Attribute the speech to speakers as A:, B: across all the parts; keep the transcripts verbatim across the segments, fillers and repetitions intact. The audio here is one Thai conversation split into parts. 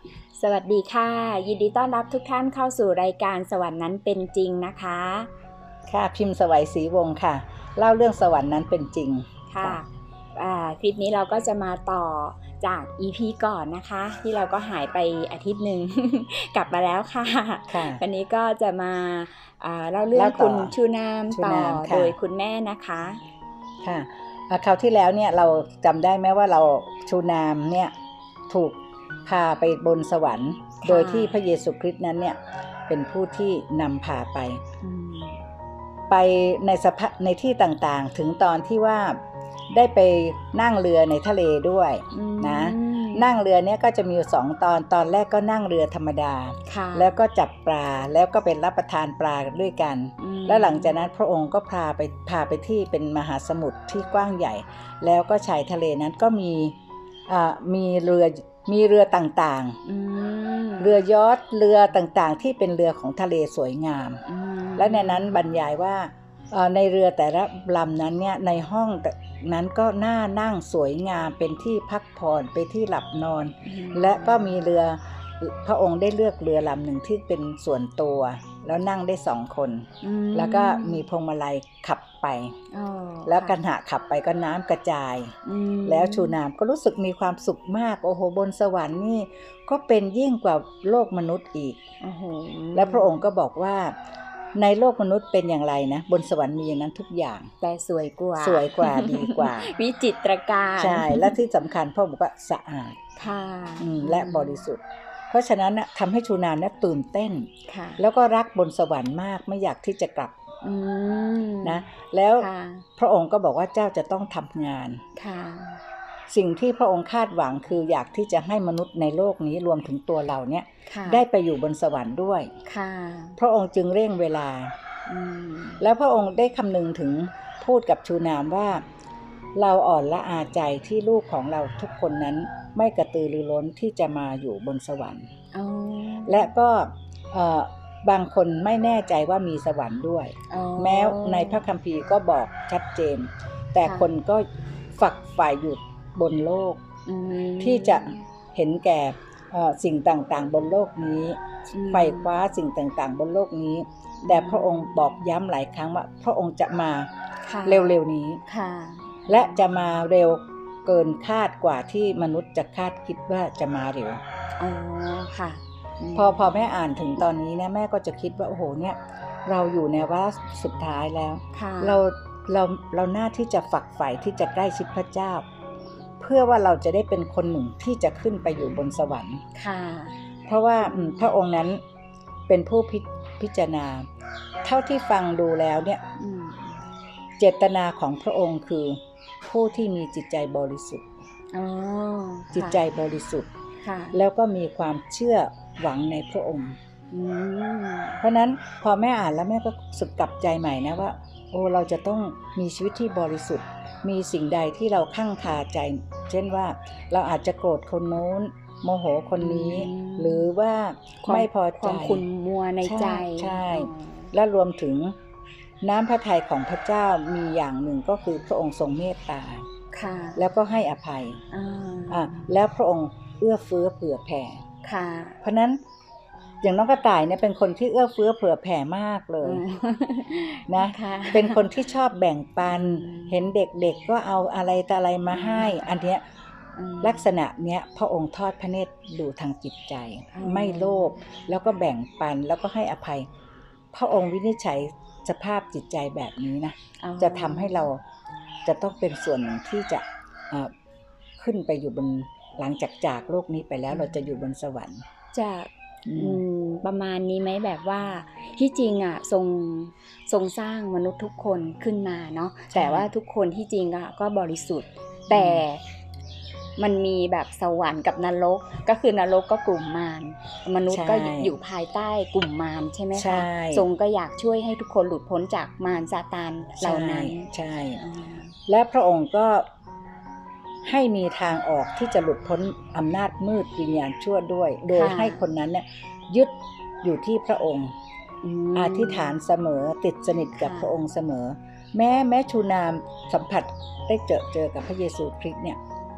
A: สวัสดีค่ะยินดีต้อนรับทุกท่านเข้าสู่รายการสวรรค์นั้นเป็นจริงนะคะ
B: ค่ะพิมพ์สวัยศรีวงศ์ค่ะเล่าเรื่องสวรรค์นั้นเป็นจริง
A: ค่ะคลิปนี้เราก็จะมาต่อจาก อี พี ก่อนนะคะที่เราก็หายไปอาทิตย์หนึ่ง กลับมาแล้วค่ะวันนี้ก็จะมาเล่าเรื่องคุณชูนามต่อโดยคุณแม่นะคะ
B: ค่ะคราวที่แล้วเนี่ยเราจำได้ไหมว่าเราชูนามเนี่ยถูกพาไปบนสวรรค์โดยที่พระเยซูคริสต์นั้นเนี่ยเป็นผู้ที่นำพาไปไปในสภาพในที่ต่างๆถึงตอนที่ว่าได้ไปนั่งเรือในทะเลด้วยนะนั่งเรือเนี่ยก็จะมีอยู่สองตอนตอนแรกก็นั่งเรือธรรมดาแล้วก็จับปลาแล้วก็เป็นรับประทานปลาด้วยกันแล้วหลังจากนั้นพระองค์ก็พาไปพาไปที่เป็นมหาสมุทรที่กว้างใหญ่แล้วก็ชายทะเลนั้นก็มีมีเรือมีเรือต่างๆเรือยอชต์เรือต่างๆที่เป็นเรือของทะเลสวยงามและในนั้นบรรยายว่าในเรือแต่ละลำนั้นเนี่ยในห้องนั้นก็น่านั่งสวยงามเป็นที่พักผ่อนไปที่หลับนอนและก็มีเรือพระองค์ได้เลือกเรือลำหนึ่งที่เป็นส่วนตัวแล้วนั่งได้สองคนแล้วก็มีพวงมาลัยขับไปแล้วขณะขับไปก็น้ำกระจายแล้วชูนามก็รู้สึกมีความสุขมากโอ้โหบนสวรรค์นี่ก็เป็นยิ่งกว่าโลกมนุษย์อีกและพระองค์ก็บอกว่าในโลกมนุษย์เป็นอย่างไรนะบนสวรรค์มีอย่างนั้นทุกอย่าง
A: แต่สวยกว่า
B: สวยกว่าดีกว่า
A: วิจิตรการ
B: ใช่และที่สำคัญพ่อบอกว่าสะอาดและบริสุทธิ์เพราะฉะนั้นนะทำให้ชูนามนะตื่นเต้นแล้วก็รักบนสวรรค์มากไม่อยากที่จะกลับนะแล้วพระองค์ก็บอกว่าเจ้าจะต้องทำงานสิ่งที่พระองค์คาดหวังคืออยากที่จะให้มนุษย์ในโลกนี้รวมถึงตัวเราเนี่ยได้ไปอยู่บนสวรรค์ด้วยพระองค์จึงเร่งเวลาแล้วพระองค์ได้คำนึงถึงพูดกับชูนามว่าเราอ่อนละอาใจที่ลูกของเราทุกคนนั้นไม่กระตือรือร้นที่จะมาอยู่บนสวรรค์และก็บางคนไม่แน่ใจว่ามีสวรรค์ด้วยแม้ในพระคัมภีร์ก็บอกชัดเจนแต่คนก็ฝักใฝ่อยู่บนโลกที่จะเห็นแก่สิ่งต่างๆบนโลกนี้ไฟคว้าสิ่งต่างๆบนโลกนี้แต่พระองค์บอกย้ำหลายครั้งว่าพระองค์จะมาเร็วๆนี้และจะมาเร็วเกินคาดกว่าที่มนุษย์จะคาดคิดว่าจะมาเร็ว
A: อ๋อค่ะ
B: พอพอแม่อ่านถึงตอนนี้เนี่ยแม่ก็จะคิดว่าโอ้โหเนี่ยเราอยู่ในวาระสุดท้ายแล้วเราเราเราหน้าที่จะฝักใฝ่ที่จะใกล้ชิดพระเจ้าเพื่อว่าเราจะได้เป็นคนหนึ่งที่จะขึ้นไปอยู่บนสวรรค์ค่ะเพราะว่าพระองค์นั้นเป็นผู้พิพิจารณาเท่าที่ฟังดูแล้วเนี่ยเจตนาของพระองค์คือผู้ที่มีจิตใจบริสุทธิ์จิตใจบริสุทธิ์แล้วก็มีความเชื่อหวังในพระองค์เพราะนั้นพอแม่อ่านแล้วแม่ก็สึกกลับใจใหม่นะว่าโอ้เราจะต้องมีชีวิตที่บริสุทธิ์มีสิ่งใดที่เราคั่งคาใจเช่นว่าเราอาจจะโกรธคนโน้นโมโหคนนี้หรือว่าไม่พอใจ
A: ความขุ่นมัวในใจ
B: ใช่และรวมถึงน้ำพระทัยของพระเจ้ามีอย่างหนึ่งก็คือพระองค์ทรงเมตตาแล้วก็ให้อภัยอ่าแล้วพระองค์เอื้อเฟื้อเผื่อแผ่เพราะนั้นอย่างน้องกระต่ายเนี่ยเป็นคนที่เอื้อเฟื้อเผื่อแผ่มากเลยนะเป็นคนที่ชอบแบ่งปันเห็นเด็กๆก็เอาอะไรแต่อะไรมาให้อันเนี้ยลักษณะเนี้ยพระองค์ทอดพระเนตรดูทางจิตใจไม่โลภแล้วก็แบ่งปันแล้วก็ให้อภัยพระองค์วินิจฉัยสภาพจิตใจแบบนี้นะจะทำให้เราจะต้องเป็นส่วนหนึ่งที่จะขึ้นไปอยู่บนหลังจากจากโลกนี้ไปแล้วเราจะอยู่บนสวรรค์
A: จะประมาณนี้ไหมแบบว่าที่จริงอ่ะทรงทรงสร้างมนุษย์ทุกคนขึ้นมาเนาะแต่ว่าทุกคนที่จริงอ่ะก็บริสุทธิ์แต่มันมีแบบสวรรค์กับนรกก็คือนรกก็กลุ่มมารมนุษย์ก็อยู่ภายใต้กลุ่มมารใช่ไหมคะทรงก็อยากช่วยให้ทุกคนหลุดพ้นจากมารซาตานเหล่านั้น
B: ใช่และพระองค์ก็ให้มีทางออกที่จะหลุดพ้นอำนาจมืดวิญญาณชั่วด้วยโดยให้คนนั้นเนี่ยยึดอยู่ที่พระองค์อธิษฐานเสมอติดสนิทกับพระองค์เสมอแม้แม้ชูนามสัมผัสได้เจอเจอกับพระเยซูคริสต์เนี่ย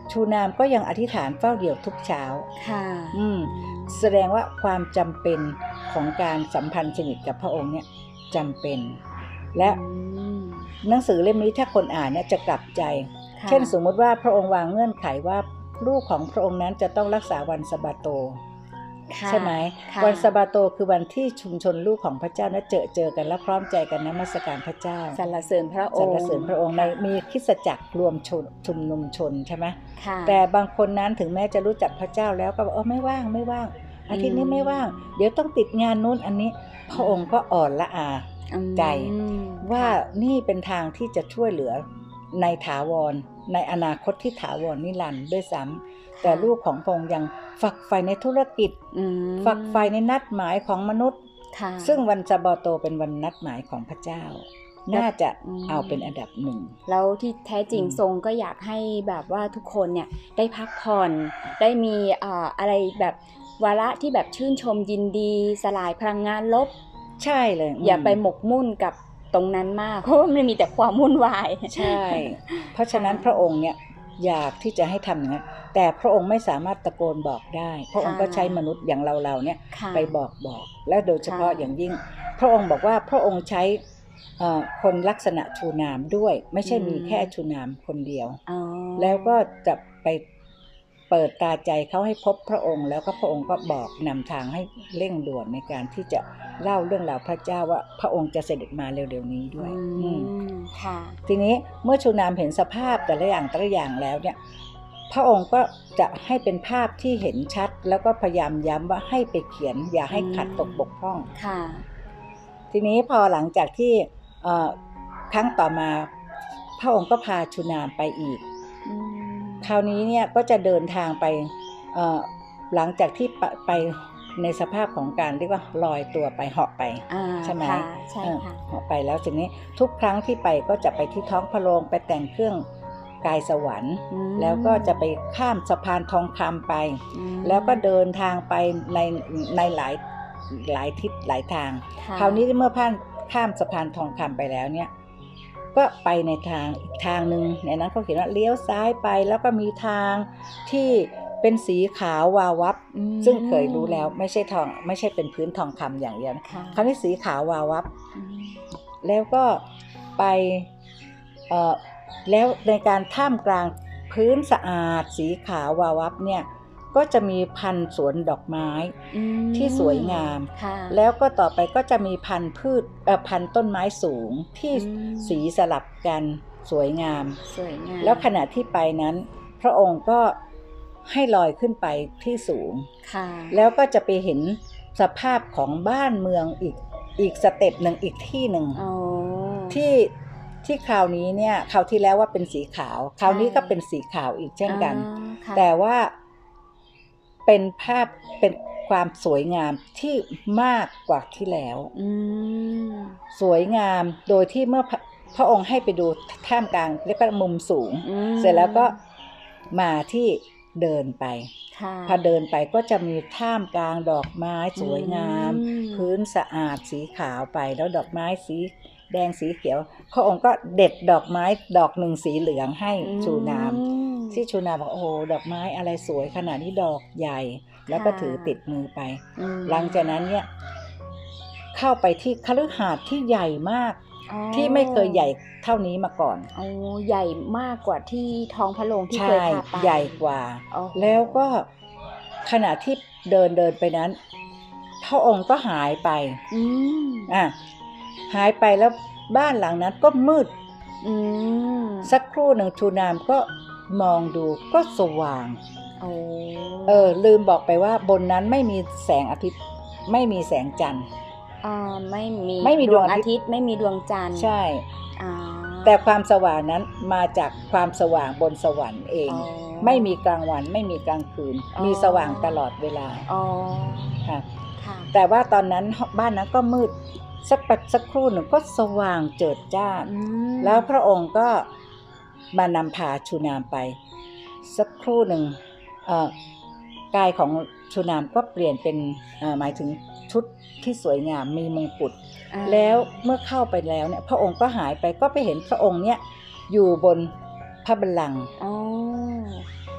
B: ชูนามก็ยังอธิษฐานเฝ้าเดี่ยวทุกเช้า
A: ค่ะ
B: อืมแสดงว่าความจำเป็นของการสัมพันธ์สนิทกับพระองค์เนี่ยจำเป็น และ
A: อืม
B: หนังสือเล่มนี้ถ้าคนอ่านเนี่ยจะกลับใจ
A: ค่ะ
B: เช่นสมมติว่าพระองค์วางเงื่อนไขว่าลูกของพระองค์นั้นจะต้องรักษาวันสะบาโต
A: ค่ะ
B: ใช่ไหม
A: ค่ะ
B: วันสะบาโตคือวันที่ชุมชนลูกของพระเจ้านั้นเจอเจอกันและพร้อมใจกันนมัสการพระเจ้า
A: สรรเสริญพระอ
B: สรง ร
A: ค์
B: เสริญพระองค์ในมีคริสตจักรรวมชนชุมนุมชนใช่ไหม
A: ค่ะ
B: แต่บางคนนั้นถึงแม้จะรู้จักพระเจ้าแล้วก็บอกเออไม่ว่างไม่ว่างอาทิตย์นี้ไม่ว่าง เดี๋ยวต้องติดงานนู้นอันนี้ พระองค์ก็อ่อนละอา
A: อืม
B: ใจว่านี่เป็นทางที่จะช่วยเหลือในถาวรในอนาคตที่ถาวรนิรันดร์ด้วยซ้ำแต่ลูกของพระองค์ยังฝักใฝ่ในธุรกิจ
A: อืม
B: ฝักใฝ่ในนัดหมายของมนุษย์
A: ค่ะ
B: ซึ่งวันสะบาโตเป็นวันนัดหมายของพระเจ้า น่าจะ
A: อืม
B: เอาเป็นอันดับหนึ่ง
A: แล้วที่แท้จริง
B: อืม
A: ทรงก็อยากให้แบบว่าทุกคนเนี่ยได้พักผ่อนได้มีเอ่ออะไรแบบวาระที่แบบชื่นชมยินดีสลายพลังงานลบ
B: ใช่เลย
A: อย่าไปหมกมุ่นกับตรงนั้นมาก เพราะว่ามันมีแต่ความวุ่นวาย
B: ใช่ เพราะฉะนั้นพระองค์เนี่ยอยากที่จะให้ทำอย่างนั้นแต่พระองค์ไม่สามารถตะโกนบอกได้ พระองค์ก็ใช้มนุษย์อย่างเราเราๆเนี่ย
A: ค่ะ
B: ไปบอกบอก และโดยเฉพาะ
A: ค่ะ
B: อย่างยิ่ง พระองค์บอกว่าพระองค์ใช้เอ่อคนลักษณะชูนามด้วย ไม่ใช่มีแค่ชูนามคนเดียว
A: อ๋อ
B: แล้วก็จะไปเปิดตาใจเขาให้พบพระองค์ แล้วก็พระองค์ก็บอกนำทางให้เร่งด่วนในการที่จะเล่าเรื่องราวพระเจ้าว่าพระองค์จะเสด็จมาเร็วๆนี้ด้วย
A: อื
B: อืม
A: มค่ะ
B: ทีนี้เมื่อชูนามเห็นสภาพแต่ละอย่างแต่ละอย่างแล้วเนี่ยพระองค์ก็จะให้เป็นภาพที่เห็นชัด แล้วก็พยายามย้ำว่าให้ไปเขียนอย่าให้ขัดตกบกพร่อง
A: ค่ะ
B: ทีนี้พอหลังจากที่เอ่อครั้งต่อมาพระองค์ก็พาชูนามไปอีก
A: อืม
B: คราวนี้เนี่ยก็จะเดินทางไปเอ่อหลังจากที่ไปไปในสภาพของการเรียกว่าลอยตัวไปเหาะไป
A: อ่า
B: ใช่ไหม
A: ค่ะใช่
B: เออ
A: ค่ะ
B: เหาะไปแล้วทีนี้ทุกครั้งที่ไปก็จะไปที่ท้องพระโรงไปแต่งเครื่องกายสวรรค์
A: อืม
B: แล้วก็จะไปข้ามสะพานทองคำไป
A: อืม
B: แล้วก็เดินทางไปในในหลายหลายทิศหลายทาง
A: ะ
B: คราวนี้เมื่อผ่านข้ามสะพานทองคำไปแล้วเนี่ยก็ไปในทางอีกทางหนึ่งในนั้นเขาเขียนว่าเลี้ยวซ้ายไปแล้วก็มีทางที่เป็นสีขาววาววับ
A: อืม
B: ซึ่งเคยรู้แล้วไม่ใช่ทองไม่ใช่เป็นพื้นทองคำอย่างเดียวนะ
A: ค่ะ
B: คราวนี้สีขาววาววับ
A: อืม
B: แล้วก็ไปเอ่อแล้วในการท่ามกลางพื้นสะอาดสีขาววาววับเนี่ยก็จะมีพันธุ์สวนดอกไม้
A: อืม
B: ที่สวยงาม
A: ค่ะ
B: แล้วก็ต่อไปก็จะมีพันธุ์พืชเอ่อพันธุ์ต้นไม้สูงที่
A: อืม
B: สีสลับกันสวยงาม
A: สวยงาม
B: แล้วขณะที่ไปนั้น พระองค์ก็ให้ลอยขึ้นไปที่สูง
A: ค่ะ
B: แล้วก็จะไปเห็นสภาพของบ้านเมืองอีกอีกสเต็ปหนึ่งอีกที่หนึ่ง
A: อ๋อ
B: ที่ที่คราวนี้เนี่ยคราวที่แล้วว่าเป็นสีขาว คราวนี้ก็เป็นสีขาวอีกเช่นกัน
A: อ่าค่ะ
B: แต่ว่าเป็นภาพเป็นความสวยงามที่มากกว่าที่แล้ว
A: อืม
B: สวยงามโดยที่เมื่อพระพระองค์ให้ไปดูท่ามกลางเรียกว่ามุมสูง
A: อืม
B: เสร็จแล้วก็มาที่เดินไป
A: ค่ะ
B: พอเดินไปก็จะมีท่ามกลางดอกไม้สวยงาม
A: อืม
B: พื้นสะอาดสีขาวไปแล้วดอกไม้สีแดงสีเขียวพระองค์ก็เด็ดดอกไม้ดอกหนึ่งสีเหลืองให้ชูนาม
A: อืม
B: ที่ชูนามบอกโอ้โหดอกไม้อะไรสวยขนาดนี้ดอกใหญ่ แล้วก็
A: ค่ะ
B: ถือติดมือไป
A: อืม
B: หลังจากนั้นเนี่ยเข้าไปที่คฤหาสน์ที่ใหญ่มาก
A: อ๋อ
B: ที่ไม่เคยใหญ่เท่านี้มาก่อน
A: โอ้ใหญ่มากกว่าที่ท้องพระโรงที่
B: ใช่
A: เคยพาไป
B: ใหญ่กว่า
A: อ๋อ
B: แล้วก็ขณะที่เดินเดินไปนั้น พระองค์ก็หายไป
A: อืม
B: อ่ะหายไปแล้วบ้านหลังนั้นก็มืด
A: อืม
B: สักครู่หนึ่งชูนามก็มองดูก็สว่าง
A: โอ้
B: เออลืมบอกไปว่าบนนั้นไม่มีแสงอาทิตย์ไม่มีแสงจันทร์
A: อ่าไม่มี
B: ไม่มี
A: ด
B: ด
A: ว
B: ว
A: ง
B: ง
A: อา
B: อาทิ
A: ทิต
B: ตย์
A: ย์ไม่มีดวงจันทร์
B: ใช่
A: อ่า
B: แต่ความสว่างนั้นมาจากความสว่างบนสวรรค์เอง
A: อ๋อ
B: ไม่มีกลางวันไม่มีกลางคืน
A: อ๋อ
B: มีสว่างตลอดเวลา
A: อ๋อ
B: ค่ะ
A: ค่ะ
B: แต่ว่าตอนนั้นบ้านนั้นก็มืดสักแป๊บสักครู่หนึ่งก็สว่างเจิดจ้า
A: อืม
B: แล้วพระองค์ก็มานำพาชูนามไป สักครู่หนึ่งเอ่อกายของชูนามก็เปลี่ยนเป็นเอ่อหมายถึงชุดที่สวยงามมีมงกุฎ
A: อ่า
B: แล้วเมื่อเข้าไปแล้วเนี่ยพระองค์ก็หายไปก็ไปเห็นพระองค์เนี่ยอยู่บนพระบัลลังก์
A: อ๋อ
B: ท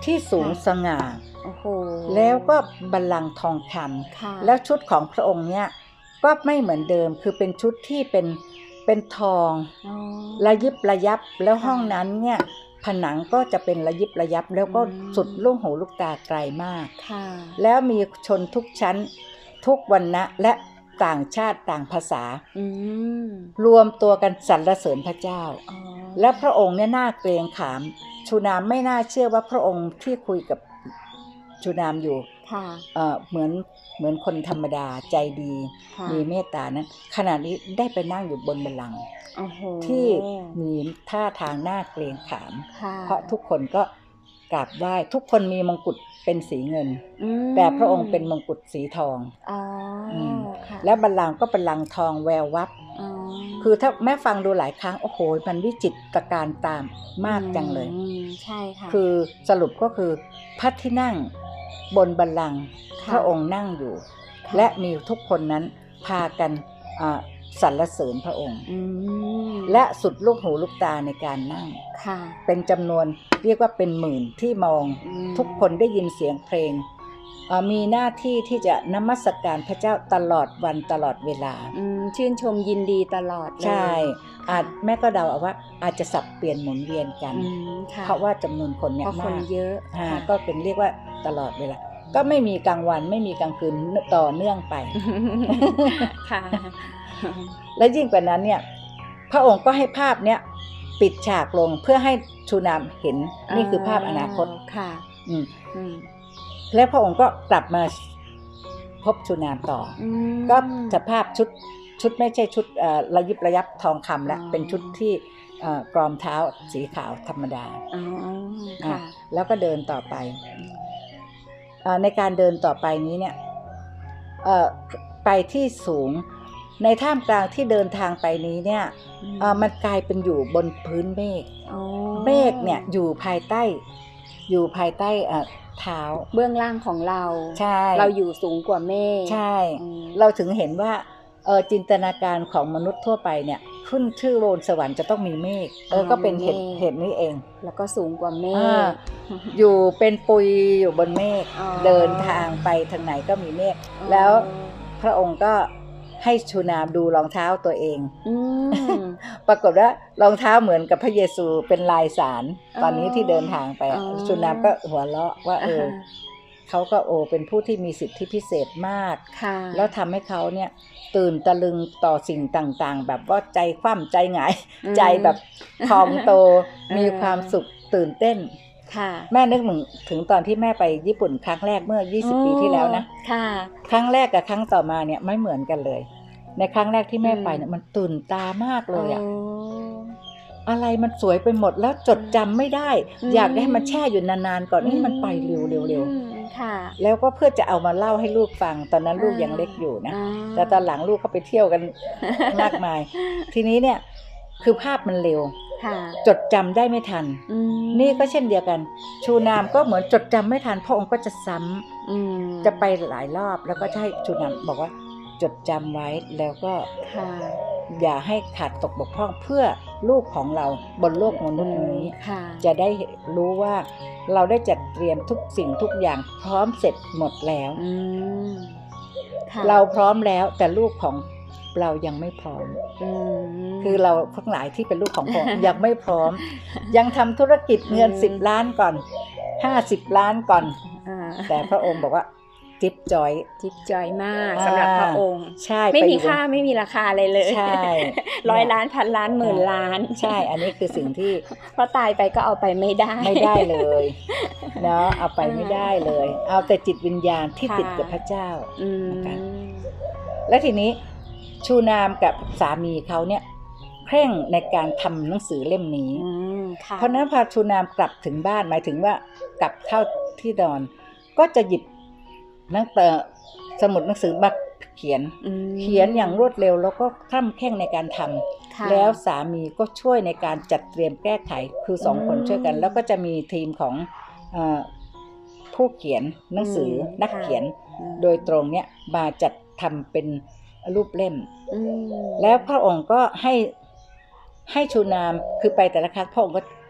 B: ที่สูง
A: ค่ะ
B: สง่า
A: โอ้โห
B: แล้วก็บัลลังก์ทองค
A: ค่ะ
B: ำแล้วชุดของพระองค์เนี่ยก็ไม่เหมือนเดิมคือเป็นชุดที่เป็นเป็นทอง
A: อ๋อ
B: ระยิบระยับแล้ว
A: ค่ะ
B: ห้องนั้นเนี่ยผนังก็จะเป็นระยิบระยับแล้วก็
A: อืม
B: สุดลูกหูลูกตาไกลมาก
A: ค่ะ
B: แล้วมีชนทุกชั้นทุกวรรณะและต่างชาติต่างภาษา
A: อืม
B: รวมตัวกันสรรเสริญพระเจ้า
A: อ๋อ
B: และพระองค์เนี่ยน่าเกรงขาม ชูนามไม่น่าเชื่อว่าพระองค์ที่คุยกับชูนามอยู่
A: ค่ะ
B: เอ่อเหมือนเหมือนคนธรรมดาใจดี
A: ค่ะ
B: มีเมตตานั้นขณะนี้ได้ไปนั่งอยู่บนบัลลังก์
A: โอ้โห
B: ที่มีท่าทางน่าเกรงขาม
A: ค่ะ
B: เพราะทุกคนก็กราบไหว้ทุกคนมีมงกุฎเป็นสีเงิน
A: อืม
B: แต่พระองค์เป็นมงกุฎสีทอง
A: อ๋ออ
B: ม
A: ค่ะ
B: และบัลลังก์ก็เป็นบัลลังก์ทองแวววับ
A: อ๋อ
B: คือถ้าแม่ฟังดูหลายครั้งโอ้โหมันวิจิตรการตามมากจังเลย
A: อืมใช่ค่ะ
B: คือสรุปก็คือพระที่นั่งบนบัลลังก์
A: ค่ะ
B: พระองค์นั่งอยู่
A: ค่ะ
B: และมีทุกคนนั้นพากันอ่าสรรเสริญพระองค์
A: อืม
B: และสุดลูกหูลูกตาในการนั่ง
A: ค่ะ
B: เป็นจำนวนเรียกว่าเป็นหมื่นที่มอง
A: อืม
B: ทุกคนได้ยินเสียงเพลงเอ่อมีหน้าที่ที่จะนมัสการพระเจ้าตลอดวันตลอดเวลา
A: อืมชื่นชมยินดีตลอดเลย
B: ใช่
A: ค่ะ
B: อาจแม่ก็เดาเอาว่าอาจจะสับเปลี่ยนหมุนเวียนกัน
A: อืมค่ะ
B: เพราะว่าจำนวนคนเนี่
A: เพ
B: ย
A: ราะค
B: มาน ก
A: เยอะ
B: อ่า
A: ค่ะ
B: ก็เป็นเรียกว่าตลอดเวลา ก็ไม่มีกลางวันไม่มีกลางคืนต่อเนื่องไป
A: ค่ะ
B: และยิ่งกว่านั้นเนี่ยพระองค์ก็ให้ภาพเนี้ยปิดฉากลงเพื่อให้ชูนามเห็นนี่คือภาพอนาคต
A: ค่ะ
B: อืม
A: อืม
B: และพระองค์ก็กลับมาพบชูนามต่ออ
A: อืม
B: ก็สภาพชุดชุดไม่ใช่ชุดเอ่อระยิบระยับทองคำแล้ว
A: อ๋อ
B: เป็นชุดที่เอ่อกรอมเท้าสีขาวธรรมดา
A: อ๋อ
B: อ่ะ
A: ค่ะ
B: แล้วก็เดินต่อไปเอ่อในการเดินต่อไปนี้เนี่ยเอ่อไปที่สูงในท่ามกลางที่เดินทางไปนี้เนี่ยเอ่อมันกลายเป็นอยู่บนพื้นเมฆ
A: อ๋อ
B: เมฆเนี่ยอยู่ภายใต้อยู่ภายใต้เอ่อเท้า
A: เบื้องล่างของเรา
B: ใช่
A: เราอยู่สูงกว่าเมฆ
B: ใช่
A: อืม
B: เราถึงเห็นว่าเออจินตนาการของมนุษย์ทั่วไปเนี่ยขึ้นชื่อโลนสวรรค์จะต้องมีเมฆเออก็เป็นเหตุเหตุนี้เอง
A: แล้วก็สูงกว่าเม
B: อ่า
A: ฆ
B: อยู่เป็นปุยอยู่บนเมฆ
A: อ๋อ
B: เดินทางไปทางไหนก็มีเมฆแล้วพระองค์ก็ให้ชูนามดูรองเท้าตัวเอง
A: อืม
B: ปรากฏว่ารองเท้าเหมือนกับพระเยซูเป็นลายสาร
A: อ๋อ
B: ตอนนี้ที่เดินทางไปอะ
A: อ๋อ
B: ชูนามก็หัวเราะว่าเออ
A: อ่าฮะ
B: เขาก็โอเป็นผู้ที่มีสิทธิพิเศษมาก
A: ค่ะ
B: แล้วทำให้เขาเนี่ยตื่นตะลึงต่อสิ่งต่างๆ แบบว่าใจคว่ำใจหงาย
A: อืม
B: ใจแบบพองโต
A: เออ
B: มีความสุขตื่นเต้น
A: ค่ะ
B: แม่นึกถึงตอนที่แม่ไปญี่ปุ่นครั้งแรกเมื่อยี่สิบปีที่แล้วนะ
A: ค่ะ
B: ครั้งแรกกับครั้งต่อมาเนี่ยไม่เหมือนกันเลย ในครั้งแรกที่แม่
A: อืม
B: ไปเนี่ยมันตื่นตามากเลยอะ
A: อ๋อ
B: อะไรมันสวยไปหมดแล้วจดจำไม่ได้
A: อืม
B: อยากได้ให้มันแช่อยู่นานๆก่อนนี่มันไปเร็วๆเร็ว
A: อืมค่ะ
B: ๆแล้วก็เพื่อจะเอามาเล่าให้ลูกฟังตอนนั้นลูก
A: อ่ายั
B: ยังเล็กอยู่นะ
A: อ่า
B: แต่ตอนหลังลูกเขาไปเที่ยวกัน มากมาย ทีนี้เนี่ยคือภาพมันเร็ว
A: ค่ะ
B: จดจำได้ไม่ทัน
A: อืม
B: นี่ก็เช่นเดียวกัน ชูนามก็เหมือนจดจำไม่ทันพระองค์ก็จะซ้ำ
A: อืม
B: จะไปหลายรอบแล้วก็จะให้ชูนามบอกว่าจดจำไว้แล้วก็
A: ค่ะ
B: อย่าให้ขาดตกบกพร่องเพื่อลูกของเราบนโลกมนุษย์นี้
A: ค่ะ
B: จะได้รู้ว่าเราได้จัดเตรียมทุกสิ่งทุกอย่างพร้อมเสร็จหมดแล้ว
A: อืมค่ะ
B: เราพร้อมแล้วแต่ลูกของเรายังไม่พร้อม
A: อืม
B: คือเราทั้งหลายที่เป็นลูกของพระองค์ ยังไม่พร้อม ยังทำธุรกิจเงิน
A: อืม
B: สิบล้านก่อนห้าสิบล้านก่อน
A: อ่า
B: แต่พระองค์บอกว่าจิ๊บจอย
A: จิ๊บจอยมาก
B: อ่า
A: สำหรับพระองค์
B: ใช่
A: ไม่
B: ป
A: มี
B: อยู่บน
A: ค่าไม่มีราคาอะไรเลย
B: ใช่
A: ร้อยล้านพันล้านหมื่นล้าน
B: ใช่ อันนี้คือสิ่งที่
A: เพราะตายไปก็เอาไปไม่ได้
B: ไม่ได้เลยเนาะเอาไปไม่ได้เลย เอาแต่จิตวิญญาณที่
A: ค่ะ
B: ติดกับพระเจ้า
A: อืม
B: นะคะ และทีนี้ชูนามกับสามีเขาเนี่ยเคร่งในการทำหนังสือเล่มนี้
A: อืมค่ะ
B: เพราะฉะนั้นพอชูนามกลับถึงบ้านหมายถึงว่ากลับเข้าที่นอน ก็จะหยิบหนังเตอสมุดหนังสือมาเขียน
A: อืม
B: เขียนอย่างรวดเร็วแล้วก็คล่ำแคล่งในการทำ
A: ค่ะ
B: แล้วสามีก็ช่วยในการจัดเตรียมแก้ไขคือสอง
A: อืม
B: คนช่วยกัน แล้วก็จะมีทีมของเออผู้เขียนหนังสืออ
A: ม
B: นัก
A: ค่ะ
B: เขียน
A: อืม
B: โดยตรงเนี่ยมาจัดทำเป็นรูปเล่ม
A: อืม
B: แล้วพระองค์ก็ให้ให้ชูนามคือไปแต่ละครั้งพระองค์ก็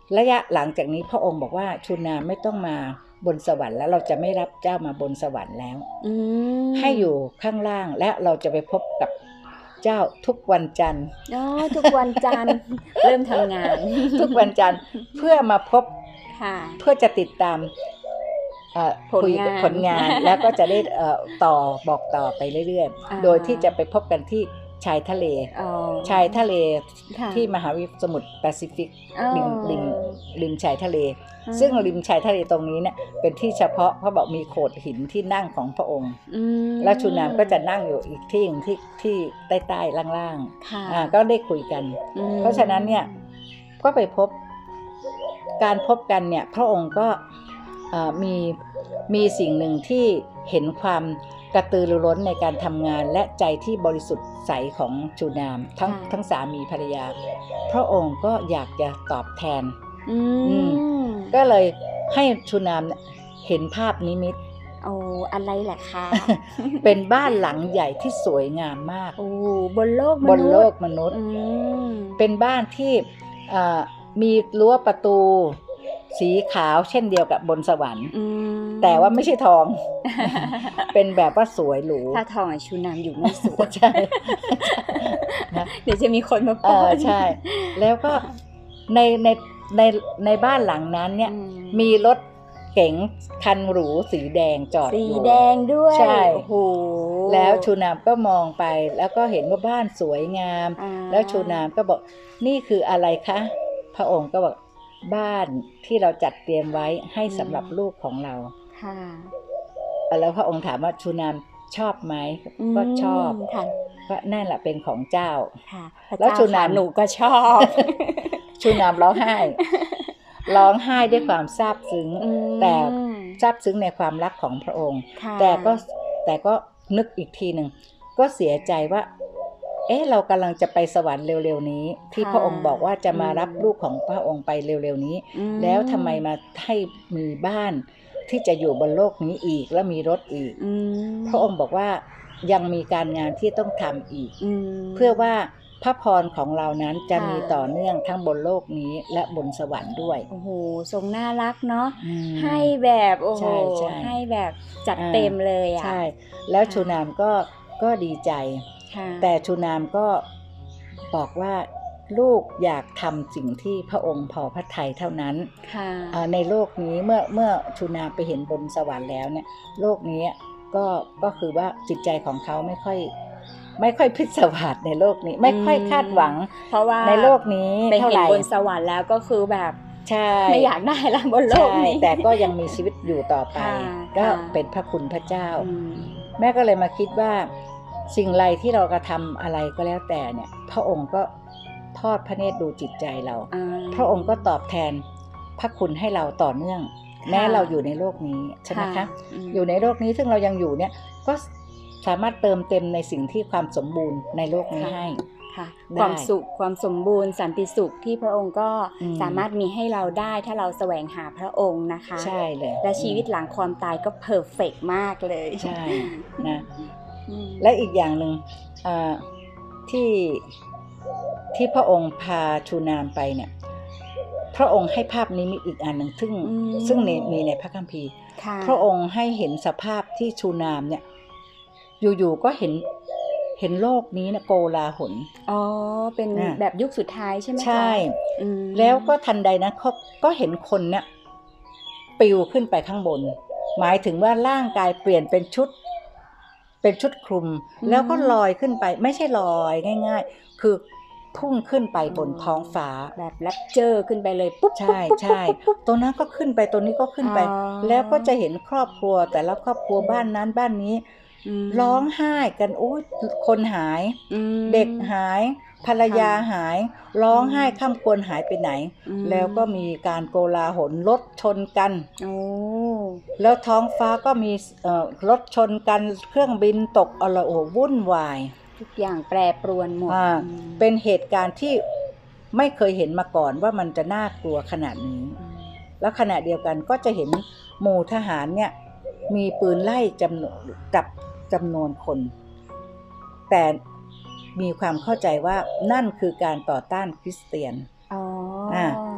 B: ระยะหลังจากนี้พระองค์บอกว่าชูนามไม่ต้องมาบนสวรรค์แล้วเราจะไม่รับเจ้ามาบนสวรรค์แล้วให้อยู่ข้างล่างและเราจะไปพบกับเจ้าทุกวันจันทร์
A: อ๋อทุกวันจันทร์ เริ่มทำงาน
B: ทุกวันจันทร์เพื่อมาพบเพื่อจะติดตามผลงานผลงานแล้วก็จะได้ต่อบอกต่อไปเรื่อยๆโดยที่จะไปพบกันที่ชายทะเลชายทะเลที่มหาวิทยาลัยสมุทรแปซิฟิกริมริมริมชายทะเลซึ่งริมชายทะเลตรงนี้เนี่ยเป็นที่เฉพาะเพราะบอกมีโขดหินที่นั่งของพระองค์แล้วชูนามก็จะนั่งอยู่อีกที่ที่ที่ใต้ใต้ล่างๆก็ได้คุยกันเพราะฉะนั้นเนี่ยก็ไปพบการพบกันเนี่ยพระองค์ก็มีมีสิ่งหนึ่งที่เห็นความกระตือรือร้นในการทำงานและใจที่บริสุทธิ์ใสของชูนามทั้งทั้งสามีภรรยาพระองค์ก็อยากจะตอบแทนก็เลยให้ชูนามเห็นภาพนิมิต
A: โอ้อะไรแหละคะ
B: เป็นบ้านหลังใหญ่ที่สวยงามมาก
A: โอ้บนโลก
B: บนโลกมนุษย์เป็นบ้านที่มีรั้วประตูสีขาวเช่นเดียวกับบนสวรรค์แต่ว่าไม่ใช่ทอง เป็นแบบว่าสวยหรู
A: ถ้าทองชูนามอยู่ไม่สวยใช่นะเดี๋ยวจะมีคนมาป้อน
B: ใช่แล้วก็ในในในในบ้านหลังนั้นเนี่ยมีรถเก๋งคันหรูสีแดงจอดอยู่
A: สีแดงด้วย
B: ใช่โอ้โหแล้วชูนามก็มองไปแล้วก็เห็นว่าบ้านสวยงามแล้วชูนามก็บอกนี่คืออะไรคะพระองค์ก็บอกบ้านที่เราจัดเตรียมไว้ให้สำหรับลูกของเราค่ะแล้วพระองค์ถามว่าชูนามชอบไหมก็ชอบก็นั่นแหละเป็นของเจ้าแล้วชูนาม
A: หนูก็ชอบ
B: ชูนามร้องไห้ร้องไห้ด้วยความซาบซึ้งแต่ซาบซึ้งในความรักของพระองค์แต่ก็แต่ก็นึกอีกทีหนึ่งก็เสียใจว่าเอ๊ะเรากำลังจะไปสวรรค์เร็วๆนี้ที่พระองค์บอกว่าจะมารับลูกของพระองค์ไปเร็วๆนี้แล้วทำไมมาให้มีบ้านที่จะอยู่บนโลกนี้อีกและมีรถอีกพระองค์บอกว่ายังมีการงานที่ต้องทำอีกเพื่อว่าพระพรของเรานั้นจะมีต่อเนื่องทั้งบนโลกนี้และบนสวรรค์ด้วย
A: โอ้โหทรงน่ารักเนาะให้แบบโอ้โหให้แบบจัดเต็มเลยอ่ะ
B: ใช่แล้วชูนามก็ก็ดีใจแต่ชูนามก็บอกว่าลูกอยากทำสิ่งที่พระองค์พอพระทัยเท่านั้นในโลกนี้เมื่อเมื่อชูนามไปเห็นบนสวรรค์แล้วเนี่ยโลกนี้ก็ก็คือว่าจิตใจของเขาไม่ค่อยไม่ค่อยพิศวาสในโลกนี้ไม่ค่อยคาดหวัง
A: เพราะว่า
B: ในโลกนี้
A: ไปเห็นบนสวรรค์แล้วก็คือแบบ
B: ใช่
A: ไม่อยากได้ละบนโลกนี้
B: แต่ก็ยังมีชีวิตอยู่ต่อไปก็เป็นพระคุณพระเจ้าแม่ก็เลยมาคิดว่าสิ่งใดที่เรากระทำอะไรก็แล้วแต่เนี่ยพระองค์ก็ทอดพระเนตรดูจิตใจเราพระองค์ก็ตอบแทนพระคุณให้เราต่อเนื่องแม้เราอยู่ในโลกนี้ใช่ไหมคะอยู่ในโลกนี้ซึ่งเรายังอยู่เนี่ยก็สามารถเติมเต็มในสิ่งที่ความสมบูรณ์ในโลกนี้ให้
A: ความสุขความสมบูรณ์สันติสุขที่พระองค์ก็สามารถมีให้เราได้ถ้าเราแสวงหาพระองค์นะคะ
B: ใช่เลย
A: และชีวิตหลังความตายก็เพอร์เฟกต์มากเลย
B: ใช่นะและอีกอย่างหนึ่งที่ที่พระองค์พาชูนามไปเนี่ยพระองค์ให้ภาพนิมิตอีกอันหนึ่งซึ่งซึ่งมีในพระคัมภีร์พระองค์ให้เห็นสภาพที่ชูนามเนี่ยอยู่ๆก็เห็นเห็นโลกนี้นะโกลาหล
A: อ๋อเป็นแบบยุคสุดท้ายใช่ไหมคะ
B: ใช่แล้วก็ทันใดนะเขาก็เห็นคนเนี่ยปิวขึ้นไปข้างบนหมายถึงว่าร่างกายเปลี่ยนเป็นชุดเป็นชุดคลุมแล้วก็ลอยขึ้นไปไม่ใช่ลอยง่ายๆคือพุ่งขึ้นไปบนท้องฟ้า
A: แบบแรปเจอร์ขึ้นไปเลยปุ๊บ
B: ใช่ใช่ตัวนั้นก็ขึ้นไปตัวนี้ก็ขึ้นไปแล้วก็จะเห็นครอบครัวแต่ละครอบครัวบ้านนั้นบ้านนี้ร้องไห้กันโอ้ยคนหายเด็กหายภรรยาหายร้องไห้ข้ามควรหายไปไหนแล้วก็มีการโกลาหลรถชนกันแล้วท้องฟ้าก็มีรถชนกันเครื่องบินตกอลโอวุ่นวาย
A: ทุกอย่างแปรปรวนหมด
B: เป็นเหตุการณ์ที่ไม่เคยเห็นมาก่อนว่ามันจะน่ากลัวขนาดนี้แล้วขณะเดียวกันก็จะเห็นหมู่ทหารเนี่ยมีปืนไล่จำนวนกับจำนวนคนแต่มีความเข้าใจว่านั่นคือการต่อต้านคริสเตียนอ๋อ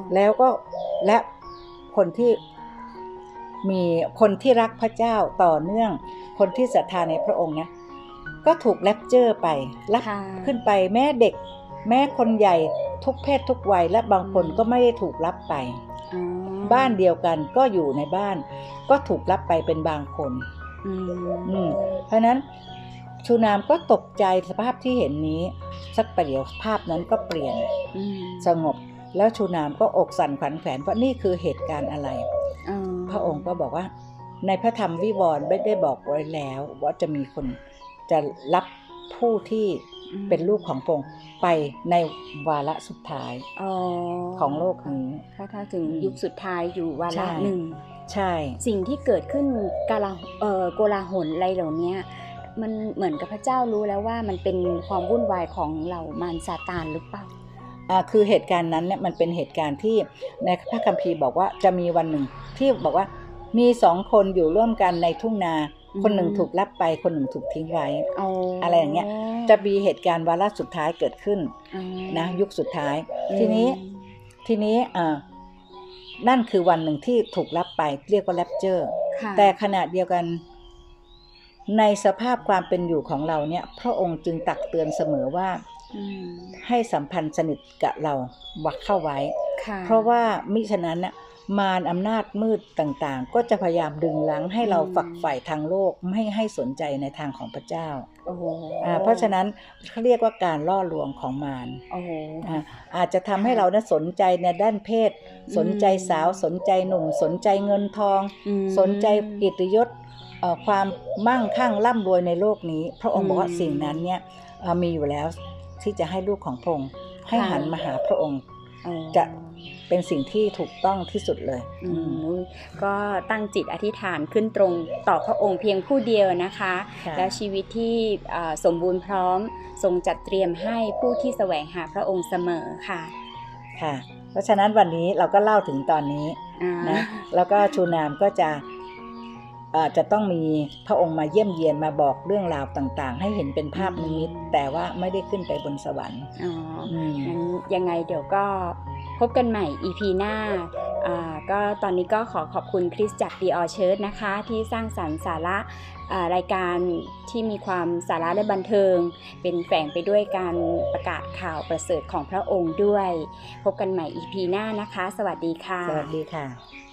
B: แล้วก็และคนที่มีคนที่รักพระเจ้าต่อเนื่องคนที่ศรัทธาในพระองค์เนี่ยก็ถูกแรปเจอร์ไปรับขึ้นไปแม้เด็กแม้คนใหญ่ทุกเพศทุกวัยและบางคนก็ไม่ได้ถูกรับไปบ้านเดียวกันก็อยู่ในบ้านก็ถูกรับไปเป็นบางคนอืมเพราะนั้นชูนามก็ตกใจสภาพที่เห็นนี้สักประเดี๋ยวภาพนั้นก็เปลี่ยนสงบแล้วชูนามก็อกสั่นขวัญแขวนว่านี่คือเหตุการณ์อะไรพระองค์ก็บอกว่าในพระธรรมวิวรณ์ได้บอกไว้แล้วว่าจะมีคนจะรับผู้ที่เป็นลูกของพระองค์ไปในวาระสุดท้ายของโลกนี้
A: ถ้าถึงยุคสุดท้ายอยู่วาระหนึ่ง
B: ใช่
A: สิ่งที่เกิดขึ้นกาลาเอ่อโกลาหลอะไรเหล่านี้มันเหมือนกับพระเจ้ารู้แล้วว่ามันเป็นความวุ่นวายของเหล่ามารซาตานหรือเปล่า
B: อ่าคือเหตุการณ์นั้นเนี่ยมันเป็นเหตุการณ์ที่ในพระคัมภีร์บอกว่าจะมีวันหนึ่งที่บอกว่ามีสองคนอยู่ร่วมกันในทุ่งนาคนหนึ่งถูกลับไปคนหนึ่งถูกทิ้งไว้ อ, อะไรอย่างเงี้ยจะมีเหตุการณ์วาระสุดท้ายเกิดขึ้นนะยุคสุดท้ายทีนี้ทีนี้อ่านั่นคือวันหนึ่งที่ถูกลับไปเรียกว่าแรปเจอร์แต่ขณะเดียวกันในสภาพความเป็นอยู่ของเราเนี่ยพระองค์จึงตักเตือนเสมอว่าให้สัมพันธ์สนิทกับเราวักเข้าไว้เพราะว่ามิฉะนั้นน่ะมารอำนาจมืดต่างๆก็จะพยายามดึงรั้งให้เราฝักใฝ่ทางโลกไม่ให้สนใจในทางของพระเจ้าอ่าเพราะฉะนั้นเขาเรียกว่าการล่อลวงของมารอ่าอาจจะทำให้เราสนใจในด้านเพศสนใจสาวสนใจหนุ่มสนใจเงินทองสนใจเกียรติยศความมั่งคั่งร่ำรวยในโลกนี้พระองค์บอกว่าสิ่งนั้นเนี่ยมีอยู่แล้วที่จะให้ลูกของพระองค์ให้หันมาหาพระองค์จะเป็นสิ่งที่ถูกต้องที่สุดเลย
A: ก็ตั้งจิตอธิษฐานขึ้นตรงต่อพระองค์เพียงผู้เดียวนะคะและชีวิตที่สมบูรณ์พร้อมทรงจัดเตรียมให้ผู้ที่แสวงหาพระองค์เสมอค่ะ
B: ค่ะเพราะฉะนั้นวันนี้เราก็เล่าถึงตอนนี้นะแล้วก็ชูนามก็จะจะต้องมีพระองค์มาเยี่ยมเยียนมาบอกเรื่องราวต่างๆให้เห็นเป็นภาพนิมิตแต่ว่าไม่ได้ขึ้นไปบนสวรรค์
A: อ๋องั้นยังไงเดี๋ยวก็พบกันใหม่ อี พี หน้าอ่าก็ตอนนี้ก็ขอขอบคุณคริสตจักร The Orchard นะคะที่สร้างสรรค์สาระรายการที่มีความสาระและบันเทิงเป็นแฝงไปด้วยการประกาศข่าวประเสริฐของพระองค์ด้วยพบกันใหม่ อี พี หน้านะคะสวัสดีค่ะ
B: สวัสดีค่ะ